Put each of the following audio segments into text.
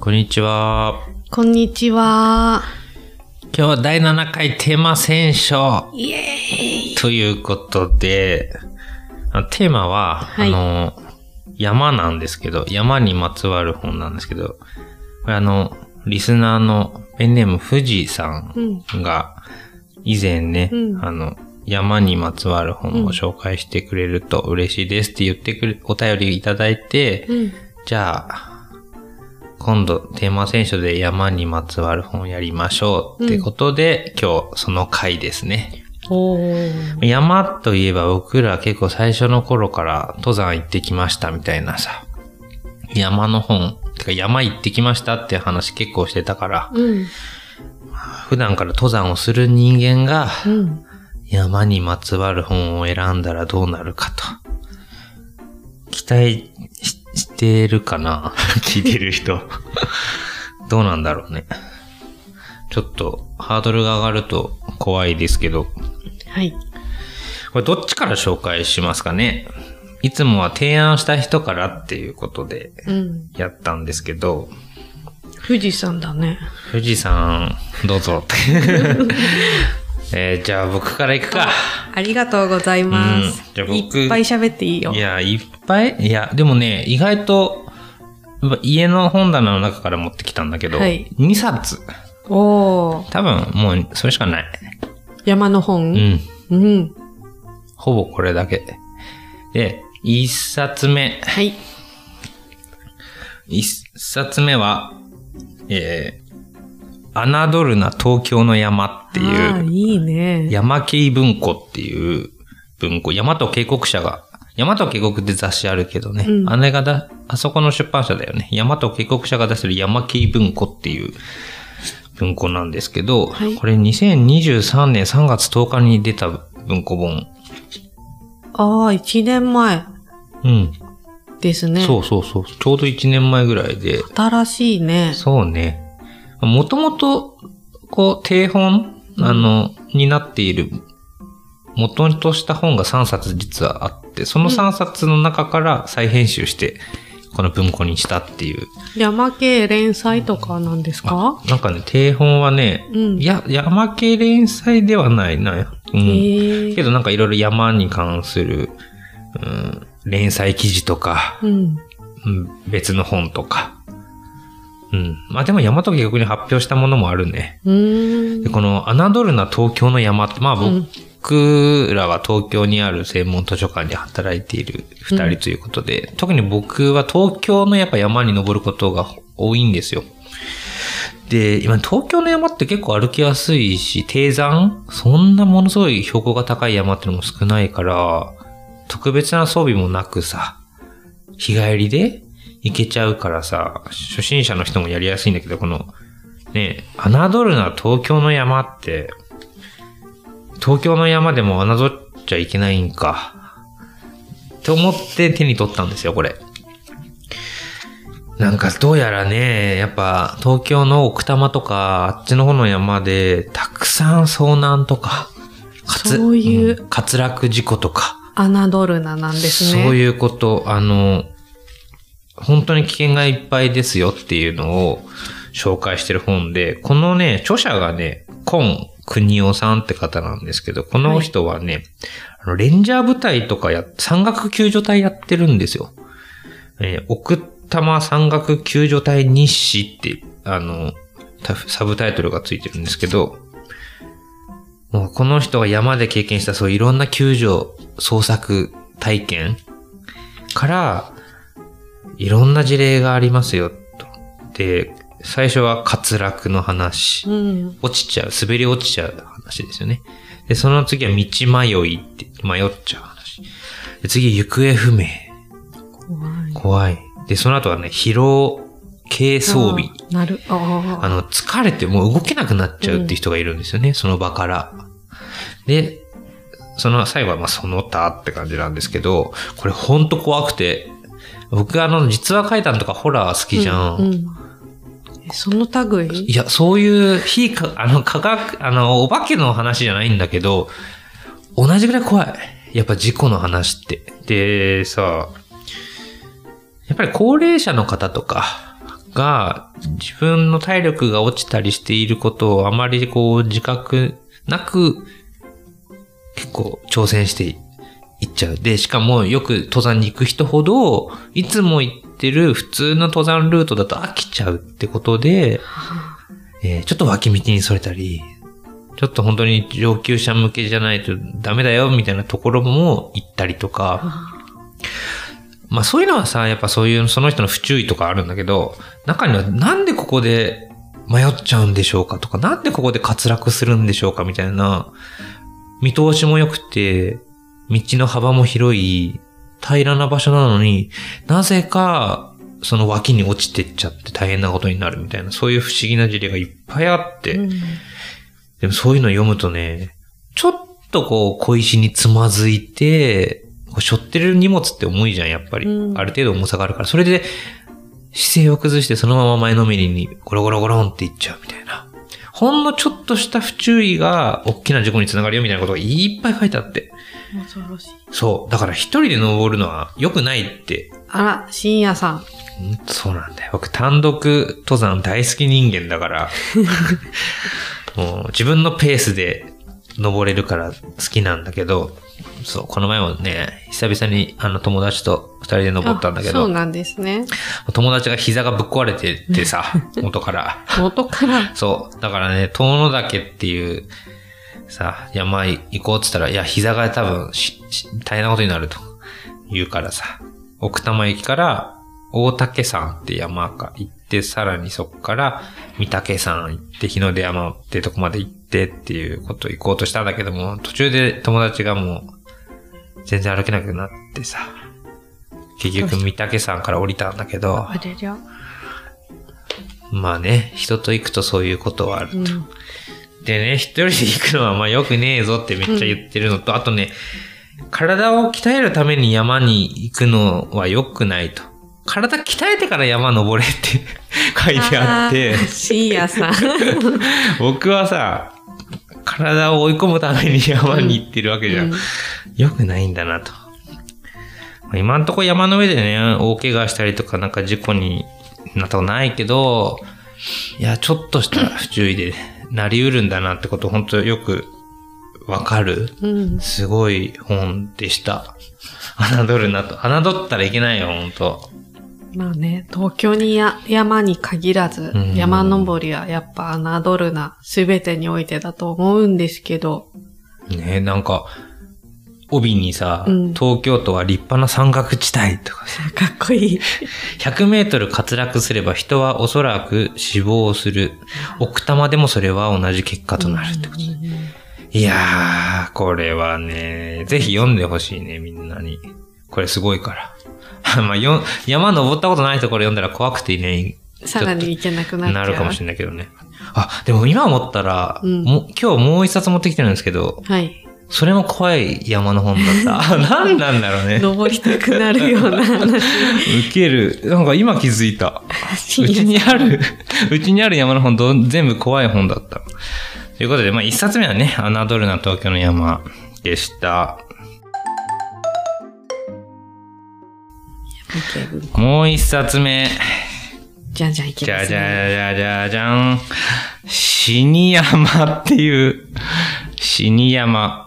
こんにちは。 こんにちは。 今日は第7回テーマ選書。 イエーイということで、テーマは、 はい、 山なんですけど、山にまつわる本なんですけど、これリスナーのペンネーム富士さんが、以前ね、山にまつわる本を紹介してくれると嬉しいですって言ってお便りいただいて、じゃあ、今度テーマ選書で山にまつわる本やりましょうってことで、今日その回ですね。山といえば僕ら結構最初の頃から登山行ってきましたみたいなさ、山の本、てか山行ってきましたって話結構してたから、普段から登山をする人間が、山にまつわる本を選んだらどうなるかと。期待してるかな聞いてる人。どうなんだろうね。ちょっとハードルが上がると怖いですけど。 はい。 これどっちから紹介しますかね。いつもは提案した人からっていうことでやったんですけど。 富士山だね。 富士山、どうぞ。じゃあ僕から行くか。 ありがとうございます。 じゃあ僕いっぱい喋っていいよ。 いや、いっぱいいや、でもね、意外と、家の本棚の中から持ってきたんだけど、2冊。多分、もう、それしかない。 山の本？ ほぼこれだけ。で、1冊目。 はい。 1冊目は、侮るな東京の山っていう、 いいね。 山系文庫っていう文庫、大和渓谷社が、大和渓谷って雑誌あるけどね、あそこの出版社だよね。大和渓谷社が出してる山系文庫っていう文庫なんですけど、これ2023年3月10日に出た文庫本。 1年前。ですね。 そう。ちょうど1年前ぐらいで。 新しいね。 そうね。もともと、定本、になっている、元とした本が3冊実はあって、その3冊の中から再編集して、この文庫にしたっていう。 山系連載とかなんですか？ なんかね、定本はね、いや、山系連載ではないな。けどなんかいろいろ山に関する、連載記事とか、別の本とか、まあでも大和渓谷に発表したものもあるね。で、この侮るな東京の山って、まあ僕らは東京にある専門図書館で働いている2人ということで、特に僕は東京のやっぱ山に登ることが多いんですよ。で、今東京の山って結構歩きやすいし、低山そんなものすごい標高が高い山ってのも少ないから、特別な装備もなくさ、日帰りで行けちゃうからさ、初心者の人もやりやすいんだけど、この、ね、侮るな東京の山って、東京の山でも侮っちゃいけないんか。と思って手に取ったんですよ、これ。なんかどうやらね、やっぱ東京の奥多摩とか、あっちの方の山で、たくさん遭難とか、 そういう、 滑落事故とか。 侮るななんですね。 そういうこと、本当に危険がいっぱいですよっていうのを紹介してる本で、このね、著者がね、今国夫さんって方なんですけど、この人はね、レンジャー部隊とか山岳救助隊やってるんですよ。奥多摩山岳救助隊日誌って、サブタイトルがついてるんですけど、もうこの人が山で経験したそういろんな救助、捜索体験から、いろんな事例がありますよ、と。で、最初は滑落の話。落ちちゃう、滑り落ちちゃう話ですよね。で、その次は道迷いって迷っちゃう話。で、次、行方不明。怖い。で、その後はね、疲労軽装備。疲れてもう動けなくなっちゃうっていう人がいるんですよね、その場から。で、その最後はその他って感じなんですけど、これほんと怖くて、僕実話怪談とかホラー好きじゃん。 その類？ いや、そういう科学、お化けの話じゃないんだけど、同じぐらい怖い。やっぱ事故の話って。で、さ、やっぱり高齢者の方とか、 が自分の体力が落ちたりしていることをあまりこう自覚なく結構挑戦していっちゃう。で、しかもよく登山に行く人ほどいつも行ってる普通の登山ルートだと飽きちゃうってことで、ちょっと脇道にそれたり、ちょっと本当に上級者向けじゃないとダメだよみたいなところも行ったりとか、まあそういうのはさ、やっぱそういうその人の不注意とかあるんだけど、中にはなんでここで迷っちゃうんでしょうかとか、なんでここで滑落するんでしょうかみたいな、見通しも良くて、道の幅も広い、平らな場所なのに、なぜかその脇に落ちてっちゃって大変なことになるみたいな、そういう不思議な事例がいっぱいあって、でもそういうのを読むとね、ちょっとこう小石につまずいて、背負ってる荷物って重いじゃん、やっぱり。ある程度重さがあるから。それで姿勢を崩してそのまま前のめりにゴロゴロゴロンっていっちゃうみたいな。ほんのちょっとした不注意が大きな事故につながるよみたいなことがいっぱい書いてあって。 恐ろしい。 そう。だから一人で登るのは良くないって。 あら、深夜さん。 そうなんだよ。僕単独登山大好き人間だから。もう自分のペースで登れるから好きなんだけど、そう、この前もね、久々に友達と二人で登ったんだけど。 そうなんですね。 友達が膝がぶっ壊れててさ、元から。 元からそう。だからね、遠野岳っていうさ、山行こうって言ったら、いや、膝が多分大変なことになると言うからさ、奥多摩駅から大岳山って山が行って、さらにそこから御岳山行って、日の出山ってとこまで行ってっていうことを行こうとしたんだけども、途中で友達がもう全然歩けなくなってさ、結局御岳山から降りたんだけど、 あれりゃ。 まあね、人と行くとそういうことはあると。でね、一人で行くのはまあ良くねえぞってめっちゃ言ってるのと、あとね、体を鍛えるために山に行くのは良くないと。体鍛えてから山登れって書いてあって。 深夜さん。 僕はさ、体を追い込むために山に行ってるわけじゃん。良くないんだなと。今んとこ山の上でね、大怪我したりとかなんか事故になったことないけど、いや、ちょっとした不注意でなりうるんだなってこと本当よくわかる、すごい本でした。侮るなと。侮ったらいけないよ、本当。 まあね、東京に山に限らず、山登りはやっぱ侮るな、すべてにおいてだと思うんですけど。 ね、なんか、帯にさ、東京都は立派な山岳地帯とかさ。 かっこいい。 100メートル滑落すれば人はおそらく死亡する。奥多摩でもそれは同じ結果となるってことで。いやー、これはね、ぜひ読んでほしいね、みんなに。これすごいから。まあ、山登ったことないところ読んだら怖くてね、 さらに行けなくなっちゃう。 なるかもしれないけどね。あ、でも今思ったら、今日もう一冊持ってきてるんですけど、 はい。 それも怖い山の本だった。何なんだろうね。 登りたくなるような話。 ウケる。なんか今気づいた。うちにある山の本全部怖い本だった。ということで、まあ一冊目はね、侮るな東京の山でした。もう一冊目。 じゃんじゃんいきますね。 じゃじゃん。死に山っていう、死に山。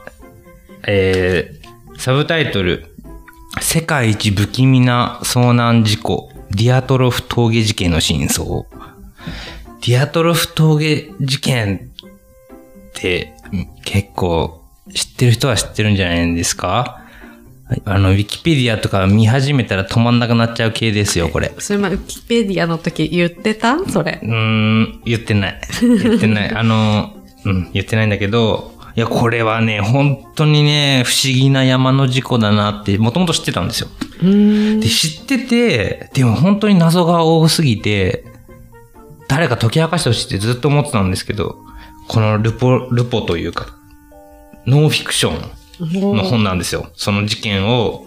サブタイトル、世界一不気味な遭難事故、ディアトロフ峠事件の真相。ディアトロフ峠事件って結構知ってる人は知ってるんじゃないんですか？ウィキペディアとか見始めたら止まんなくなっちゃう系ですよ、これ。 それウィキペディアの時言ってた？それ。 言ってない。言ってない。言ってないんだけど、いや、これはね、本当にね、不思議な山の事故だなって、もともと知ってたんですよ。で、知ってて、でも本当に謎が多すぎて、誰か解き明かしてほしいってずっと思ってたんですけど、このルポというか、ノンフィクションの本なんですよ。その事件の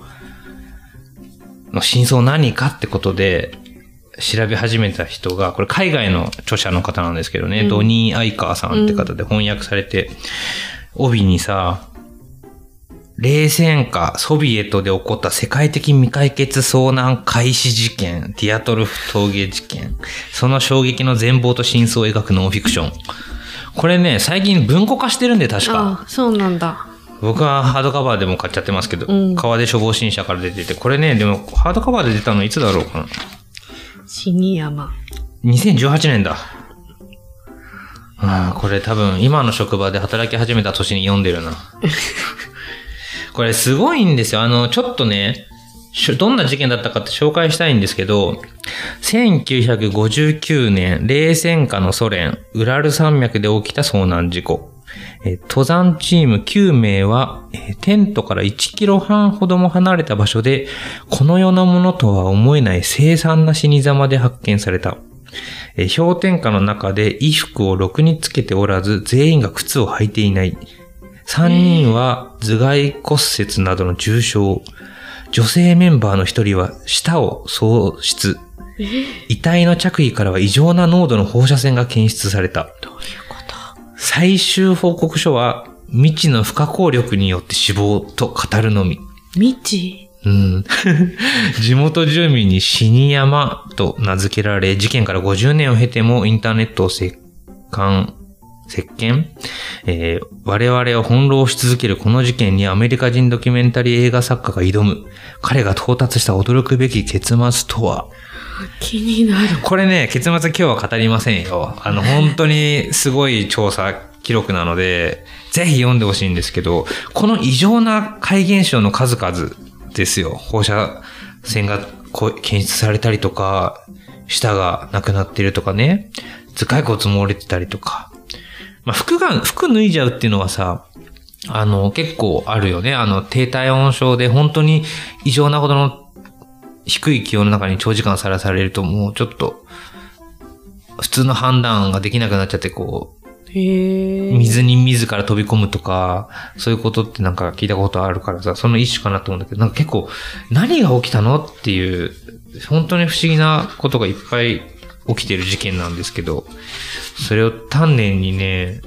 真相何かってことで調べ始めた人が、これ海外の著者の方なんですけどね、ドニー・アイカーさんって方で翻訳されて、帯にさ、 冷戦下、ソビエトで起こった世界的未解決遭難開始事件、ディアトルフ峠事件。その衝撃の全貌と真相を描くノンフィクション。これね、最近文庫化してるんで確か。 あ、そうなんだ。 僕はハードカバーでも買っちゃってますけど、川出処方新社から出てて、これね、でもハードカバーで出たのいつだろうかな。 死に山。 2018年だ。これ多分今の職場で働き始めた年に読んでるな。これすごいんですよ。ちょっとね、どんな事件だったかって紹介したいんですけど、1959年、冷戦下のソ連、ウラル山脈で起きた遭難事故。登山チーム9名は、テントから1キロ半ほども離れた場所で、この世のものとは思えない凄惨な死に様で発見された。氷点下の中で衣服をろくにつけておらず、全員が靴を履いていない。3人は頭蓋骨折などの重傷。女性メンバーの1人は舌を喪失。遺体の着衣からは異常な濃度の放射線が検出された。 どういうこと？ 最終報告書は未知の不可抗力によって死亡と語るのみ。 未知？ 地元住民に死に山と名付けられ、事件から50年を経てもインターネットを席巻、我々を翻弄し続けるこの事件にアメリカ人ドキュメンタリー映画作家が挑む。彼が到達した驚くべき結末とは？ 気になる。 これね、結末今日は語りませんよ。本当にすごい調査記録なので、ぜひ読んでほしいんですけど、この異常な怪現象の数々ですよ。放射線が検出されたりとか、舌がなくなっているとかね、頭蓋骨漏れてたりとか。服脱いじゃうっていうのはさ、結構あるよね。低体温症で本当に異常なほどの低い気温の中に長時間さらされるともうちょっと普通の判断ができなくなっちゃって水に自ら飛び込むとか、そういうことってなんか聞いたことあるからさ、その一種かなと思うんだけど、なんか結構何が起きたのっていう、本当に不思議なことがいっぱい起きてる事件なんですけど、それを丹念にね、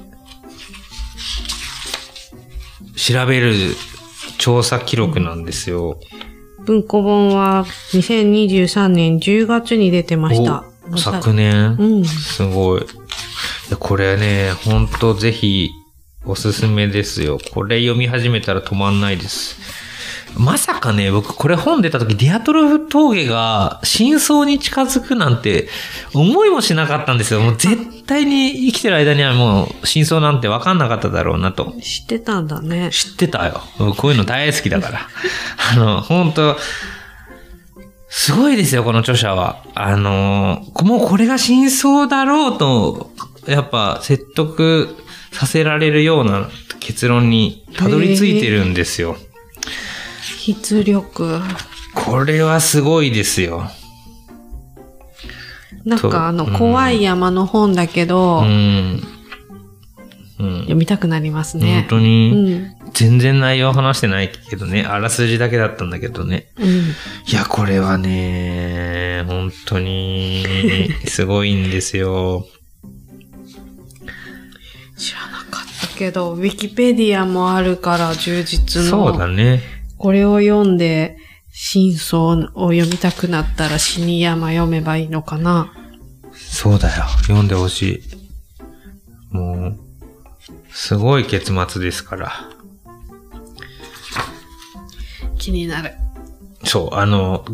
調べる調査記録なんですよ。 文庫本は2023年10月に出てました。 昨年、すごい。これね、ほんとぜひおすすめですよ。これ読み始めたら止まんないです。まさかね、僕これ本出た時ディアトルフ峠が真相に近づくなんて思いもしなかったんですよ。もう絶対に生きてる間にはもう真相なんて分かんなかっただろうなと。 知ってたんだね。 知ってたよ。こういうの大好きだから。本当すごいですよ、この著者は。もうこれが真相だろうと、やっぱ説得させられるような結論にたどり着いてるんですよ。 筆力。 これはすごいですよ。 なんか怖い山の本だけど、読みたくなりますね。 本当に、全然内容話してないけどね、あらすじだけだったんだけどね。いや、これはね、本当にすごいんですよ。 知らなかったけど、ウィキペディアもあるから充実の。 そうだね。 これを読んで、真相を読みたくなったら死に山読めばいいのかな。 そうだよ。読んでほしい。もう、すごい結末ですから。 気になる。 そう、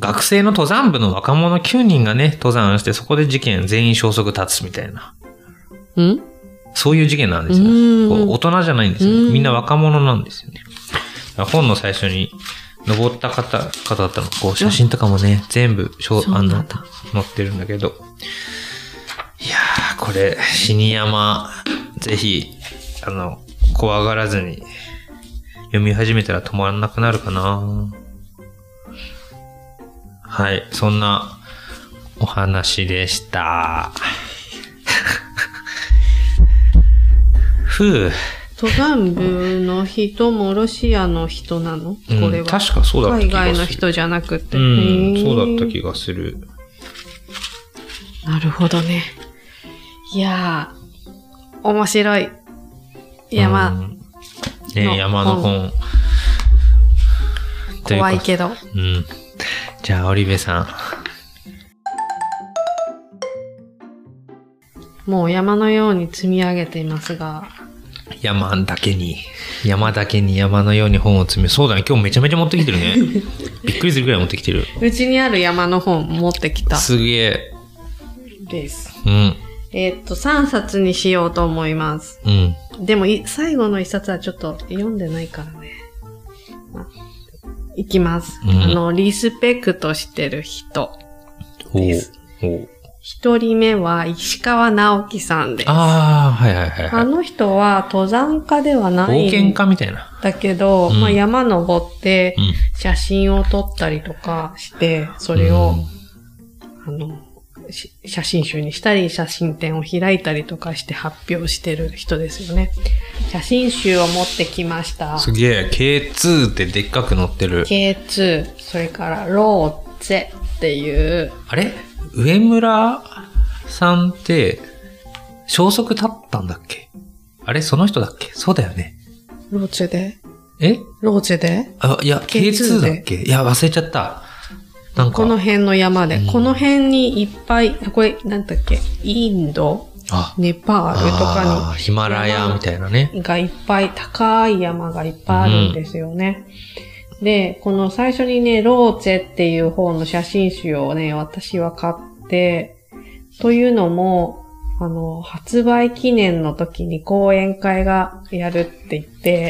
学生の登山部の若者9人がね、登山して、そこで事件全員消息立つみたいな。そういう事件なんですよ。大人じゃないんですよ。みんな若者なんですよね。本の最初に登った方だったの、こう写真とかもね、全部載ってるんだけど。いやー、これ、死に山、ぜひ、怖がらずに読み始めたら止まらなくなるかな。はい、そんなお話でした。 登山部の人もロシアの人なの？これは。 確かそうだった気がする。 海外の人じゃなくて。 そうだった気がする。 なるほどね。いやー、面白い。山の山の本。 怖いけど。 うん。じゃあ、織部さん。 もう山のように積み上げていますが。 山だけに山のように本を積み、そうだね、今日めちゃめちゃ持ってきてるね。びっくりするぐらい持ってきてる。 うちにある山の本持ってきた。 すげえ。 です。 うん。 3冊にしようと思います。 うん。 でも、最後の1冊はちょっと読んでないからね。いきます。リスペクトしてる人です。一人目は石川直樹さんです。 ああ、はいはいはい、はい。 あの人は登山家ではない。 冒険家みたいな。 だけど、まあ山登って写真を撮ったりとかして、それを、写真集にしたり、写真展を開いたりとかして発表してる人ですよね。写真集を持ってきました。 すげえ、K2 ってでっかく載ってる。 K2、それからローツェっていう。 あれ上村さんって、消息立ったんだっけ？あれその人だっけ？そうだよね。 ローツェで？ え？ ローツェで？ あ、いや、K2 だっけ？いや、忘れちゃった。なんかこの辺の山で、この辺にいっぱい、これ、なんだっけ、インド、ネパールとかに、 ヒマラヤみたいなね。 がいっぱい、高い山がいっぱいあるんですよね。で、この最初にね、ローツェっていう方の写真集をね、私は買って、というのも、発売記念の時に講演会がやるって言って、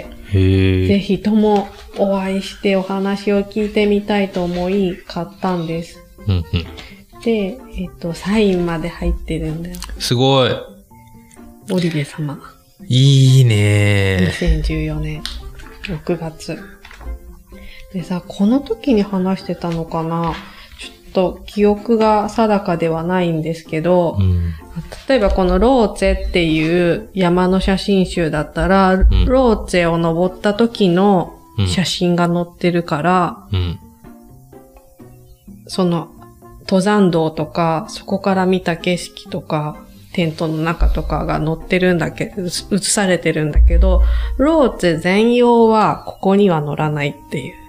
ぜひともお会いしてお話を聞いてみたいと思い買ったんです。で、サインまで入ってるんだよ。 すごい。 織部様。 いいね。 2014年6月。でさ、この時に話してたのかな？ちょっと記憶が定かではないんですけど、例えばこのローツェっていう山の写真集だったら、ローツェを登った時の写真が載ってるから、その登山道とか、そこから見た景色とか、テントの中とかが載ってるんだけど、映されてるんだけど、ローツェ全容はここには載らないっていう。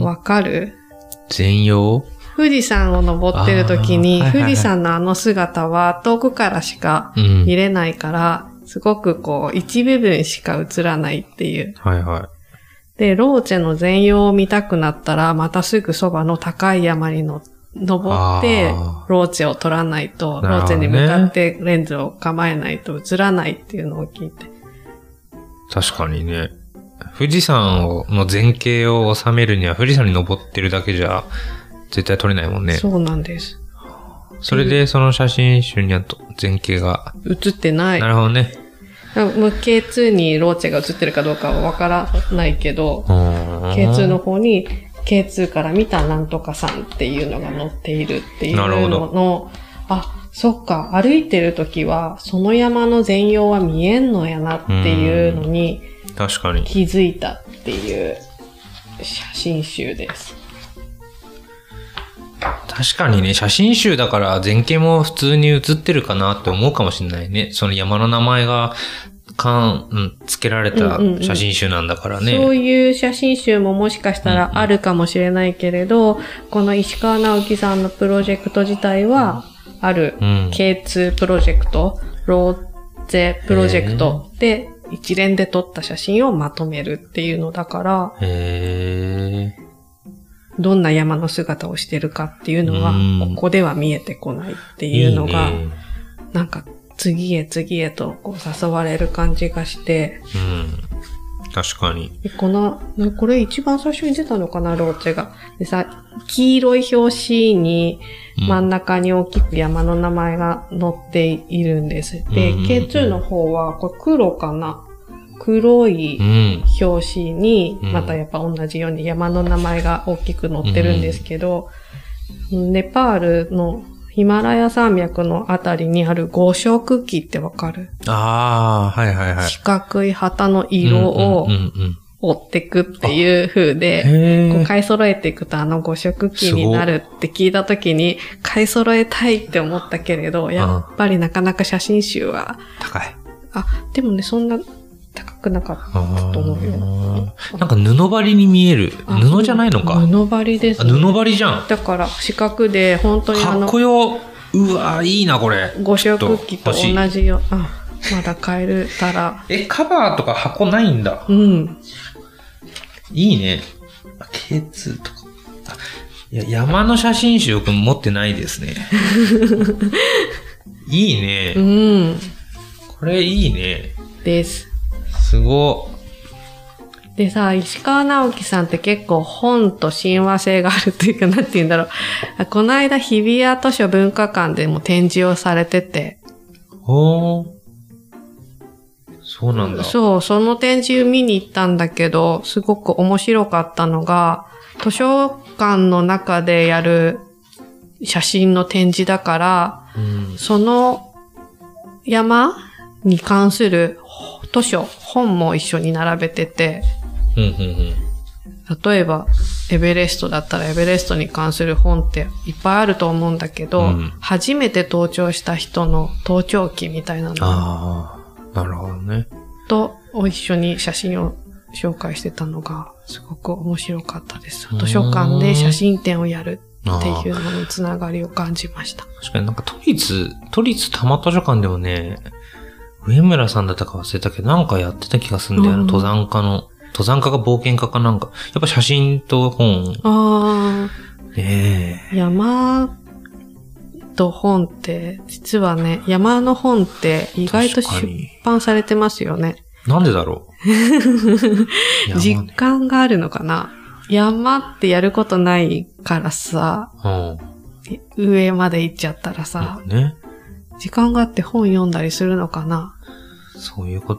わかる？ 全容？ 富士山を登ってる時に、富士山のあの姿は遠くからしか見れないから、すごくこう、一部分しか映らないっていう。で、ローチェの全容を見たくなったら、またすぐそばの高い山に登って、ローチェを撮らないと、ローチェに向かってレンズを構えないと映らないっていうのを聞いて。 確かにね。富士山の全景を収めるには、富士山に登ってるだけじゃ、絶対撮れないもんね。 そうなんです。 それでその写真集には全景が写ってない。 なるほどね。 K2 にローチェが写ってるかどうかはわからないけど、K2 の方に K2 から見たなんとかさんっていうのが載っているっていうのの、あ、そっか、歩いてるときはその山の全容は見えんのやなっていうのに確かに気づいたっていう写真集です。 確かにね、写真集だから全景も普通に写ってるかなって思うかもしれないね。その山の名前が付けられた写真集なんだからね、 そういう写真集ももしかしたらあるかもしれないけれど、この石川直樹さんのプロジェクト自体はある、K2 プロジェクト、ローゼプロジェクトで一連で撮った写真をまとめるっていうのだから、どんな山の姿をしてるかっていうのは、ここでは見えてこないっていうのが、なんか次へ次へとこう誘われる感じがして、 確かに。 これ一番最初に出たのかな、ローチェが。でさ、黄色い表紙に真ん中に大きく山の名前が載っているんです。で、K2 の方は、これ黒かな？黒い表紙に、またやっぱ同じように山の名前が大きく載ってるんですけど、ネパールのヒマラヤ山脈のあたりにある五色旗ってわかる？四角い旗の色を追っていくっていう風で、こう買い揃えていくと五色旗になるって聞いたときに、買い揃えたいって思ったけれど、やっぱりなかなか写真集は。 高い。 でもね、そんな高くなかったと思うよ。 なんか布張りに見える。布じゃないのか。 布張りです、ね。 布張りじゃん。 だから四角で、本当にかっこよ。うわいいな、これ。 五色機と同じよ。まだ買えたら。 カバーとか箱ないんだ。 うん。 いいね。K2 とか。いや、山の写真集僕持ってないですね。いいね。 うん。 これいいね。 です。 すご。 でさ、石川直樹さんって結構本と親和性があるっていうか、なんて言うんだろう。この間日比谷図書文化館でも展示をされてて。 ほー。そうなんだ。 そう、その展示見に行ったんだけど、すごく面白かったのが、図書館の中でやる写真の展示だから、その山に関する図書、本も一緒に並べてて、例えばエベレストだったらエベレストに関する本っていっぱいあると思うんだけど、初めて登頂した人の登頂記みたいなのなるほどね。 と一緒に写真を紹介してたのがすごく面白かったです。図書館で写真展をやるっていうのにつながりを感じました。 確かになんか都立多摩図書館でもね、上村さんだったか忘れたけど、なんかやってた気がするんだよな、登山家が冒険家かなんか。やっぱ写真と本。 山と本って、実はね、山の本って意外と出版されてますよね。 なんでだろう実感があるのかな。山ってやることないからさ、上まで行っちゃったらさ、時間があって本読んだりするのかな。 そういうこと？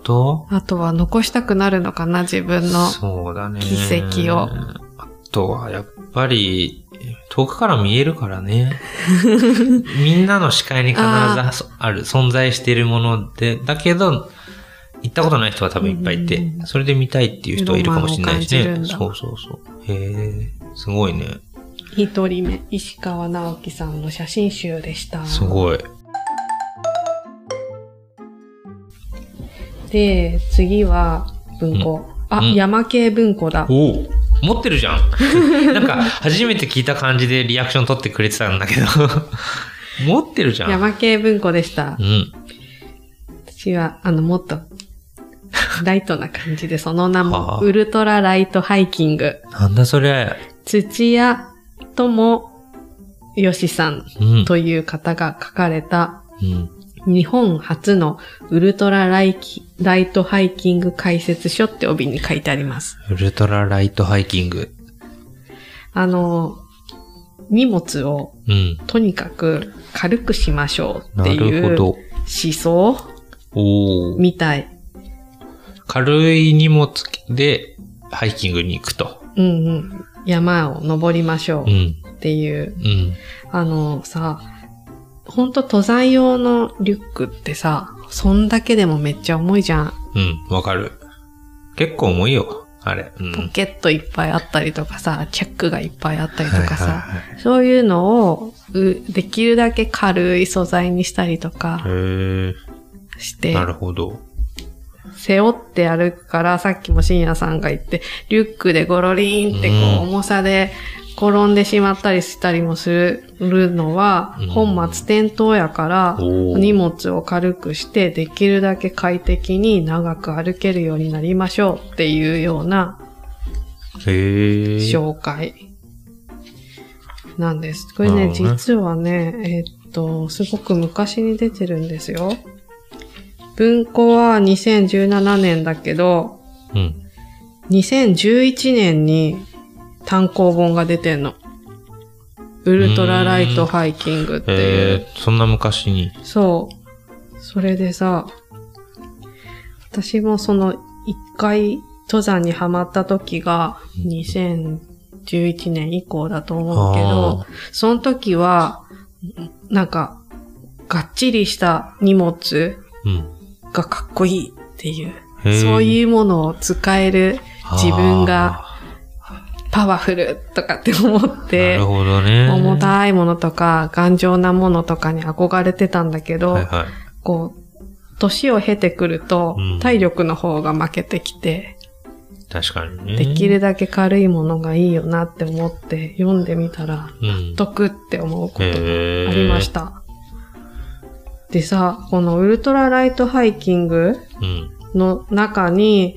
あとは残したくなるのかな、自分の軌跡を。 あとはやっぱり遠くから見えるからね。みんなの視界に必ず存在しているもので、だけど行ったことない人は多分いっぱいいて、それで見たいっていう人はいるかもしれないしね。そう。すごいね。 一人目、石川直樹さんの写真集でした。 すごい。 で、次は文庫。山系文庫だ。 持ってるじゃん。なんか、初めて聞いた感じでリアクション取ってくれてたんだけど。持ってるじゃん。 山系文庫でした。私は、もっと、ライトな感じで、その名も、ウルトラライトハイキング。 なんだそれ。 土屋智義さんという方が書かれた、日本初のウルトラライトハイキング解説書って帯に書いてあります。 ウルトラライトハイキング。 荷物を、とにかく軽くしましょうっていう思想みたい。 軽い荷物でハイキングに行くと。 山を登りましょうっていう。さ、ほんと登山用のリュックってさ、そんだけでもめっちゃ重いじゃん。 わかる。結構重いよ、あれ。 ポケットいっぱいあったりとかさ、チェックがいっぱいあったりとかさ、そういうのをできるだけ軽い素材にしたりとかして。 なるほど。 背負って歩くから、さっきも深夜さんが言って、リュックでゴロリーンって重さで転んでしまったりしたりもするのは、本末転倒やから、荷物を軽くして、できるだけ快適に長く歩けるようになりましょうっていうような、紹介なんです。これね、実はね、すごく昔に出てるんですよ。文庫は2017年だけど、2011年に単行本が出てんの。ウルトラライトハイキングっていう。 そんな昔に。 そう。それでさ、私もその一回登山にハマった時が2011年以降だと思うけど、その時は、なんか、がっちりした荷物がかっこいいっていう、そういうものを使える自分がパワフルとかって思って、 なるほどね。 重たいものとか頑丈なものとかに憧れてたんだけど、こう年を経てくるとうん、 体力の方が負けてきて、 確かにね。 できるだけ軽いものがいいよなって思って読んでみたら、 うん。 得って思うことがありました。でさ、このウルトラライトハイキングうん。 の中に、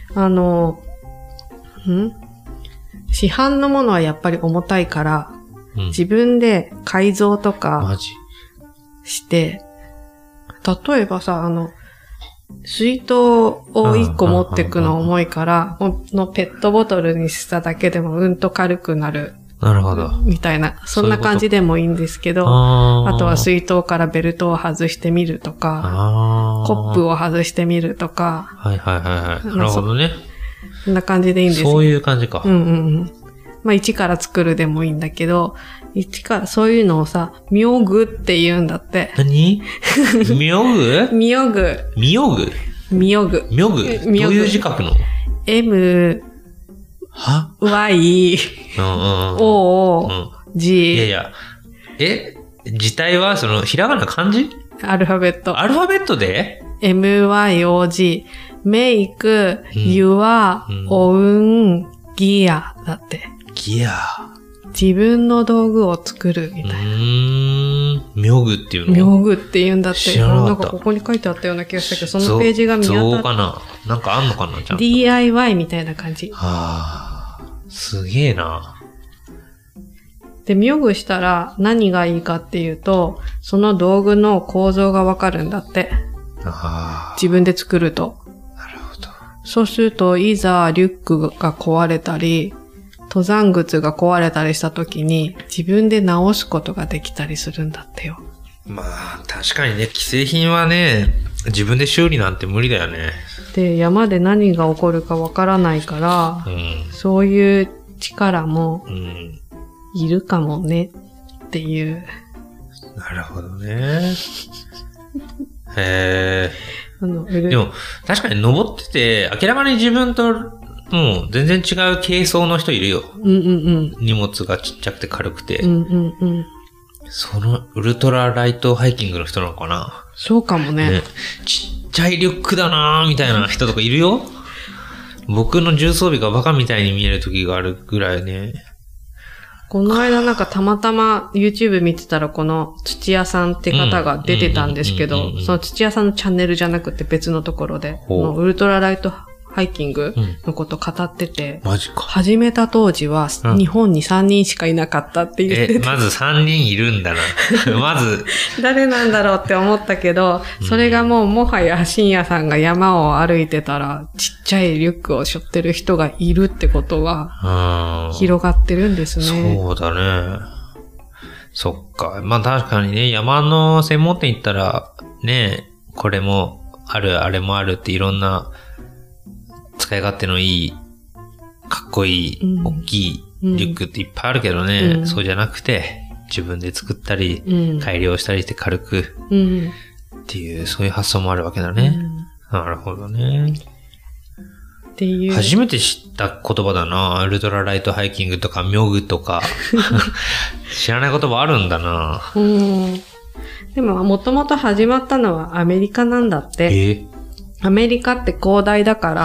市販のものはやっぱり重たいから、 うん。 自分で改造とマかジして、例えばさ、水筒を1個持ってくの重いから、のペットボトルにしただけでもうんと軽くなる。 なるほど。 みたいな。そんな感じでもいいんですけど、 ああとは水筒からベルトを外してみるとか、コップを。 を外してみるとか、 はいはいはいはい。なるほどね。 そんな感じでいいんですよ。 そういう感じか。 うんうんうん。まあ、一から作るでもいいんだけど、そういうのをさ、ミョグって言うんだって。 何ミョグミョグ。 ミョグミョグ。 ミョグどういう字書くの M、 は Y、 うんうんうん。 O、 うん。いや G、 いや。字体はひらがな漢字アルファベット。 アルファベットで M、Y、O、G。メイク、ユア、オウン、ギアだって。 ギア。 自分の道具を作るみたいな。 ミョグっていうのミョグって言うんだって。 知らなかったなんかここに書いてあったような気がしたけど、そのページが見当た造かななんかあんのかなちゃんと。 DIY みたいな感じ。 はあ、すげえな。 で、ミョグしたら何がいいかっていうと、その道具の構造がわかるんだって。 ああ、 自分で作ると。 なるほど。 そうすると、いざリュックが壊れたり、登山靴が壊れたりした時に、自分で直すことができたりするんだってよ。 まあ、確かにね、既製品はね、自分で修理なんて無理だよね。 で、山で何が起こるかわからないからう、ん。 そういう力もうん。 いるかもねっていう。 なるほどね。へえ。ででも、確かに登ってて、明らかに自分と、もう全然違う軽装の人いるよ。 うんうん荷物がちっちゃくて軽くて。 うん。うんうんうん。 そのウルトラライトハイキングの人なのかなそうかもね。 ね。ちっちゃいリュックだなーみたいな人とかいるよ。僕の重装備がバカみたいに見える時があるぐらいね。 この間なんかたまたま YouTube 見てたらこの土屋さんって方が出てたんですけど、その土屋さんのチャンネルじゃなくて別のところで、このウルトラライトハイキングのこと語ってて、 マジか。 始めた当時は日本に3人しかいなかったって言ってた。 まず3人いるんだな。まず。 誰なんだろうって思ったけど、それがもはや深夜さんが山を歩いてたら、ちっちゃいリュックを背負ってる人がいるってことは、広がってるんですね。 そうだね。そっか。まあ確かにね、山の専門店行ったら、ね、これもある、あれもあるっていろんな使い勝手のいい、かっこいい、大きいリュックっていっぱいあるけどね、そうじゃなくて、自分で作ったり、改良したりして軽く、っていう、そういう発想もあるわけだね。なるほどね。 っていう。 初めて知った言葉だな。ウルトラライトハイキングとか、ミョグとか。知らない言葉あるんだな。 でも、もともと始まったのはアメリカなんだって。アメリカって広大だから、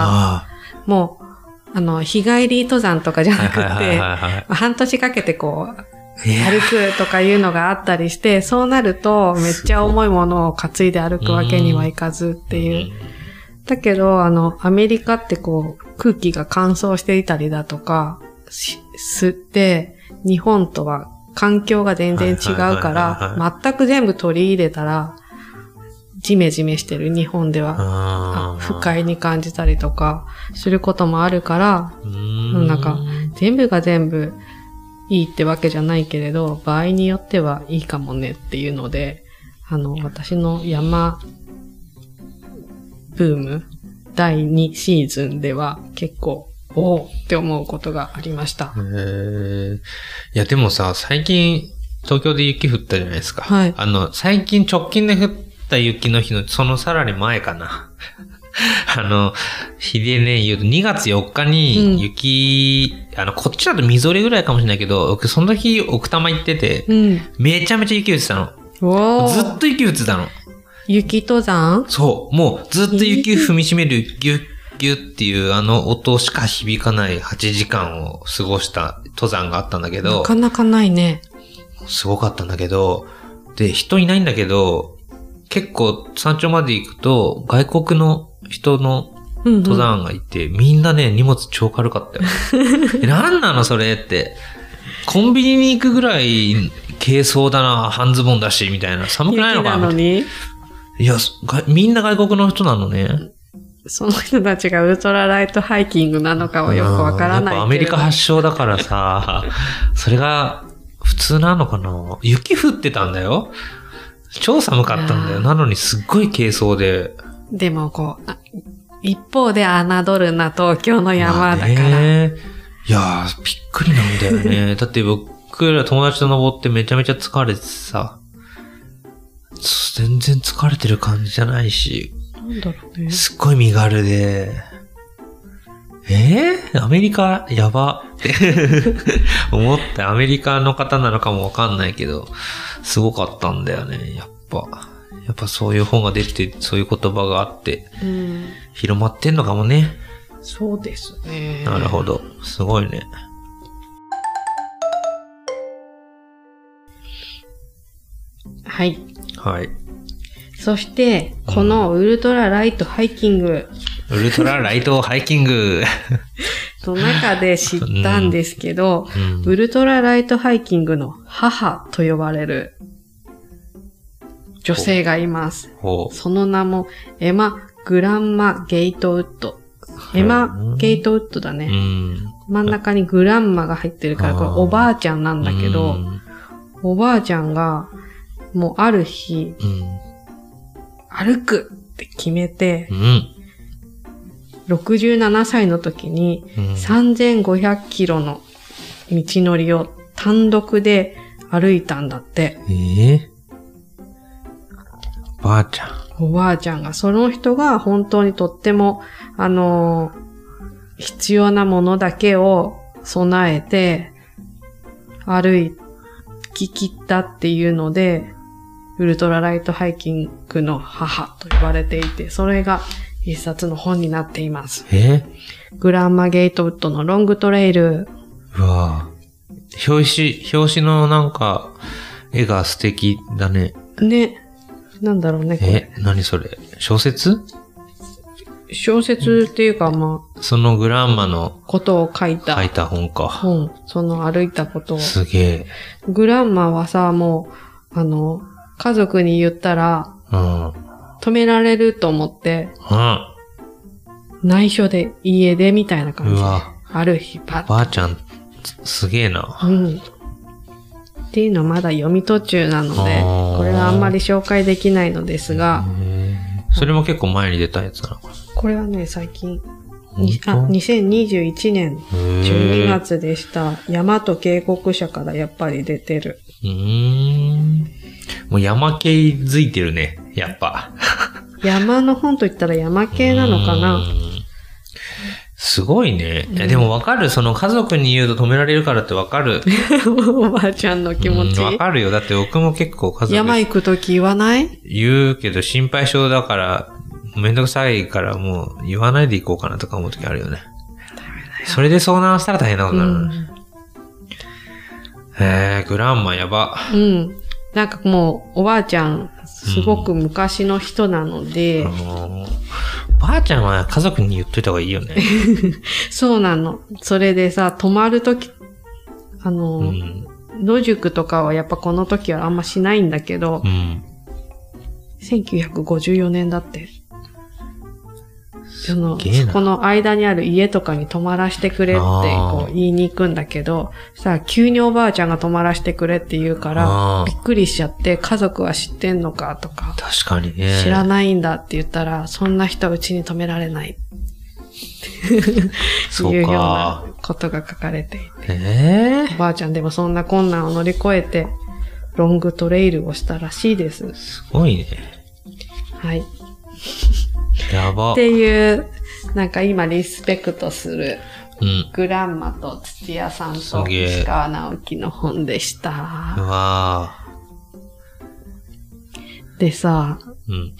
もう、日帰り登山とかじゃなくて、半年かけてこう、歩くとかいうのがあったりして、そうなるとめっちゃ重いものを担いで歩くわけにはいかずっていう。だけど、アメリカってこう、空気が乾燥していたりだとか、吸って、日本とは環境が全然違うから、全く全部取り入れたら、ジメジメしてる日本では、不快に感じたりとか、することもあるから、なんか、全部が全部いいってわけじゃないけれど、場合によってはいいかもねっていうので、私の山、ブーム第2シーズンでは結構、おーって思うことがありました。 いやでもさ、最近東京で雪降ったじゃないですか。 はい。 最近直近で降った雪の日のそのさらに前かな。日でね、言うと2月4日に雪、こっちだとみぞれぐらいかもしれないけど、僕その時奥多摩行ってて、めちゃめちゃ雪降ってたの。ずっと雪降ってたの。 雪登山？ そう。もうずっと雪踏みしめるギュッギュッっていう音しか響かない8時間を過ごした登山があったんだけど。 なかなかないね。 すごかったんだけど、で、人いないんだけど、結構山頂まで行くと外国の人の登山がいて、みんなね、荷物超軽かったよ。なんなのそれって。コンビニに行くぐらい軽装だな、半ズボンだし、みたいな。寒くないのか雪なのに？ いや、みんな外国の人なのね。 その人たちがウルトラライトハイキングなのかはよくわからないけど。 やっぱアメリカ発祥だからさ、それが普通なのかな。雪降ってたんだよ。超寒かったんだよ。なのにすっごい軽装で。 でも一方で侮るな東京の山だから。 いやー、びっくりなんだよね。だって僕ら友達と登ってめちゃめちゃ疲れてさ、全然疲れてる感じじゃないし、 なんだろうね。 すっごい身軽で、アメリカやばって思ってアメリカの方なのかもわかんないけど、すごかったんだよね、やっぱそういう本が出て、そういう言葉があって、広まってんのかもね。 そうですね。 なるほど。すごいね。 はい。 はい。 そして、このウルトラライトハイキング。 ウルトラライトハイキングの中で知ったんですけど、ウルトラライトハイキングの母と呼ばれる女性がいます。その名もエマ・グランマ・ゲイトウッド。エマ・ゲイトウッドだね。真ん中にグランマが入ってるから、これおばあちゃんなんだけど、おばあちゃんがもうある日、歩くって決めて、67歳の時に3500キロの道のりを単独で歩いたんだって。 おばあちゃん。 おばあちゃんが、その人が本当にとっても、必要なものだけを備えて歩き切ったっていうので、ウルトラライトハイキングの母と呼ばれていて、それが一冊の本になっています。グランマ・ゲイトウッドのロングトレイル。 うわぁ。表紙のなんか、絵が素敵だね。 ね。なんだろうね、これ。 何それ？小説？ 小説っていうかそのグランマのことを書いた本か。 その歩いたことを。 すげえ。 グランマはさ、もう、家族に言ったら、止められると思って、内緒で、家でみたいな感じで、ある日パッと。 ばあちゃん、すげえな。 っていうのはまだ読み途中なので、これはあんまり紹介できないのですが、 それも結構前に出たやつなのかな。 これはね、最近、2021年12月でした。大和渓谷社からやっぱり出てる。 もう山系づいてるね、やっぱ。 山の本と言ったら山系なのかな。 すごいね。でもわかる。その家族に言うと止められるからってわかる。 おばあちゃんの気持ち。 わかるよ。だって僕も結構家族山行くとき言わない？ 言うけど心配性だから、めんどくさいからもう言わないで行こうかなとか思うときあるよね。それで遭難したら大変なことになる。グランマやば。 なんかもうおばあちゃん、すごく昔の人なので、 ばあちゃんは家族に言っといた方がいいよね。 そうなの。それでさ、泊まるとき、野宿とかはやっぱこの時はあんましないんだけど、1954年だって。その間にある家とかに泊まらせてくれってこう言いに行くんだけど、さ、急におばあちゃんが泊まらせてくれって言うから、びっくりしちゃって、家族は知ってんのかとか。 確かにね。 知らないんだって言ったら、そんな人はうちに泊められない。そういうようなことが書かれていて。おばあちゃんでもそんな困難を乗り越えて、ロングトレイルをしたらしいです。 すごいね。 はい。 やば。 っていう、なんか今リスペクトする、グランマと土屋さんと石川直樹の本でした。 うわでさ、 うん。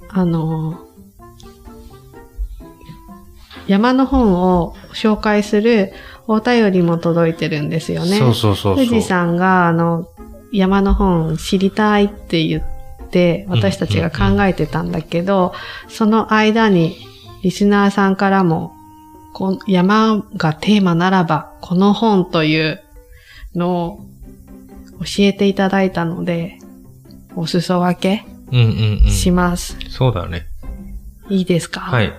山の本を紹介するお便りも届いてるんですよね。 そうそうそうそう。 富士さんが、山の本知りたいって言って、私たちが考えてたんだけど、その間に、リスナーさんからも、山がテーマならば、この本というのを教えていただいたので、お裾分けします。 そうだね。 いいですか？ はい。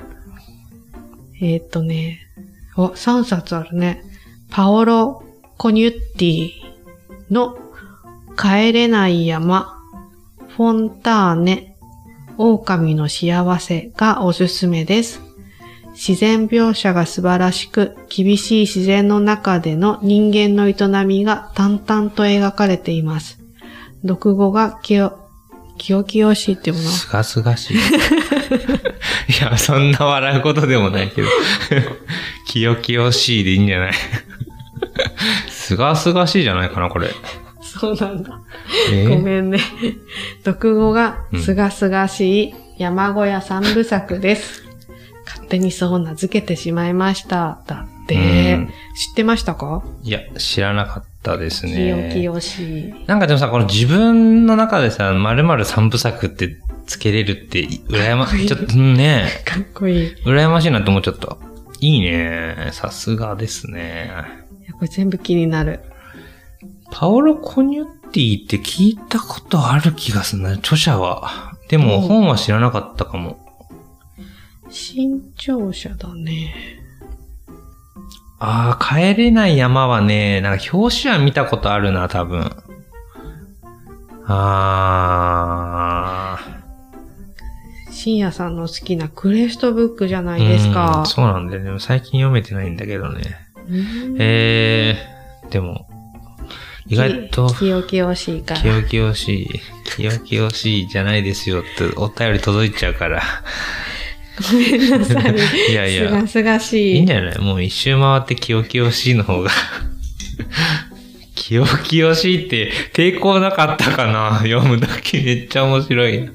3冊あるね。パオロ・コニュッティの帰れない山、フォンターネ、狼の幸せがおすすめです。自然描写が素晴らしく、厳しい自然の中での人間の営みが淡々と描かれています。読語がきよきよしいっていうもの。 すがすがしい。いや、そんな笑うことでもないけど。きよきよしいでいいんじゃない？すがすがしいじゃないかな、これ。 そうなんだ。ごめんね。読語がすがすがしい山小屋三部作です。勝手にそう名付けてしまいました。だって。知ってましたか？ いや、知らなかったですね。 きよきよしい。 なんかでもさ、この自分の中でさ、〇〇三部作ってつけれるって、羨ましい。ちょっとね。 かっこいい。 羨ましいなって思っちゃった。いいね。さすがですね。 いや、これ全部気になる。 パオロ・コニュッティって聞いたことある気がするな、著者は。でも本は知らなかったかも。 新潮社だね。 ああ、帰れない山はね、なんか表紙は見たことあるな、多分。 深夜さんの好きなクレストブックじゃないですか。 そうなんだよね。でも最近読めてないんだけどね。でも、意外と、 きよきよしいから。 きよきよしい。きよきよしいじゃないですよってお便り届いちゃうから。 ごめんなさい。 いやいや。 すがすがしい。 いいんじゃない？もう一周回ってきよきよしいの方が。きよきよしいって抵抗なかったかな？読むだけめっちゃ面白い。違う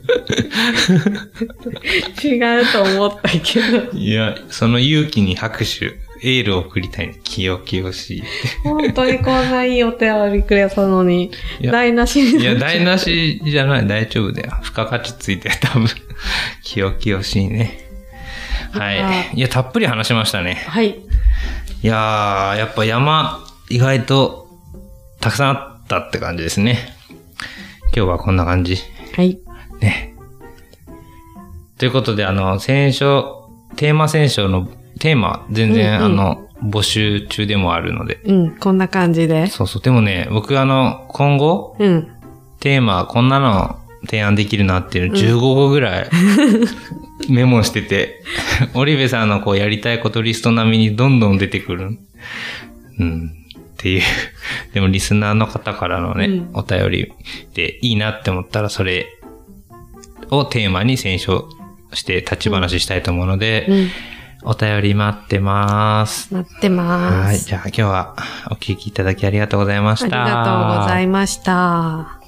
と思ったけど。 いや、その勇気に拍手、エールを送りたいね。きよきよしい。 本当にこんないいお手紙くれたのに、台無しに。 いや、台無しじゃない。大丈夫だよ。付加価値ついて多分。きよきよしいね。はい。いや、たっぷり話しましたね。 はい。 いやー、やっぱ山、意外と、たくさんあったって感じですね。今日はこんな感じ。 はい。 ね。ということで、テーマ選書のテーマ、全然、募集中でもあるので。 こんな感じで。 そうそう。でもね、僕今後、テーマ、こんなの提案できるなっていうの15個ぐらいメモしてて、オリベさんのやりたいことリスト並みにどんどん出てくる。っていう。でもリスナーの方からのね、お便りでいいなって思ったらそれをテーマに選書して立ち話したいと思うので、お便り待ってます。 待ってます。 はい。じゃあ今日はお聞きいただきありがとうございました。 ありがとうございました。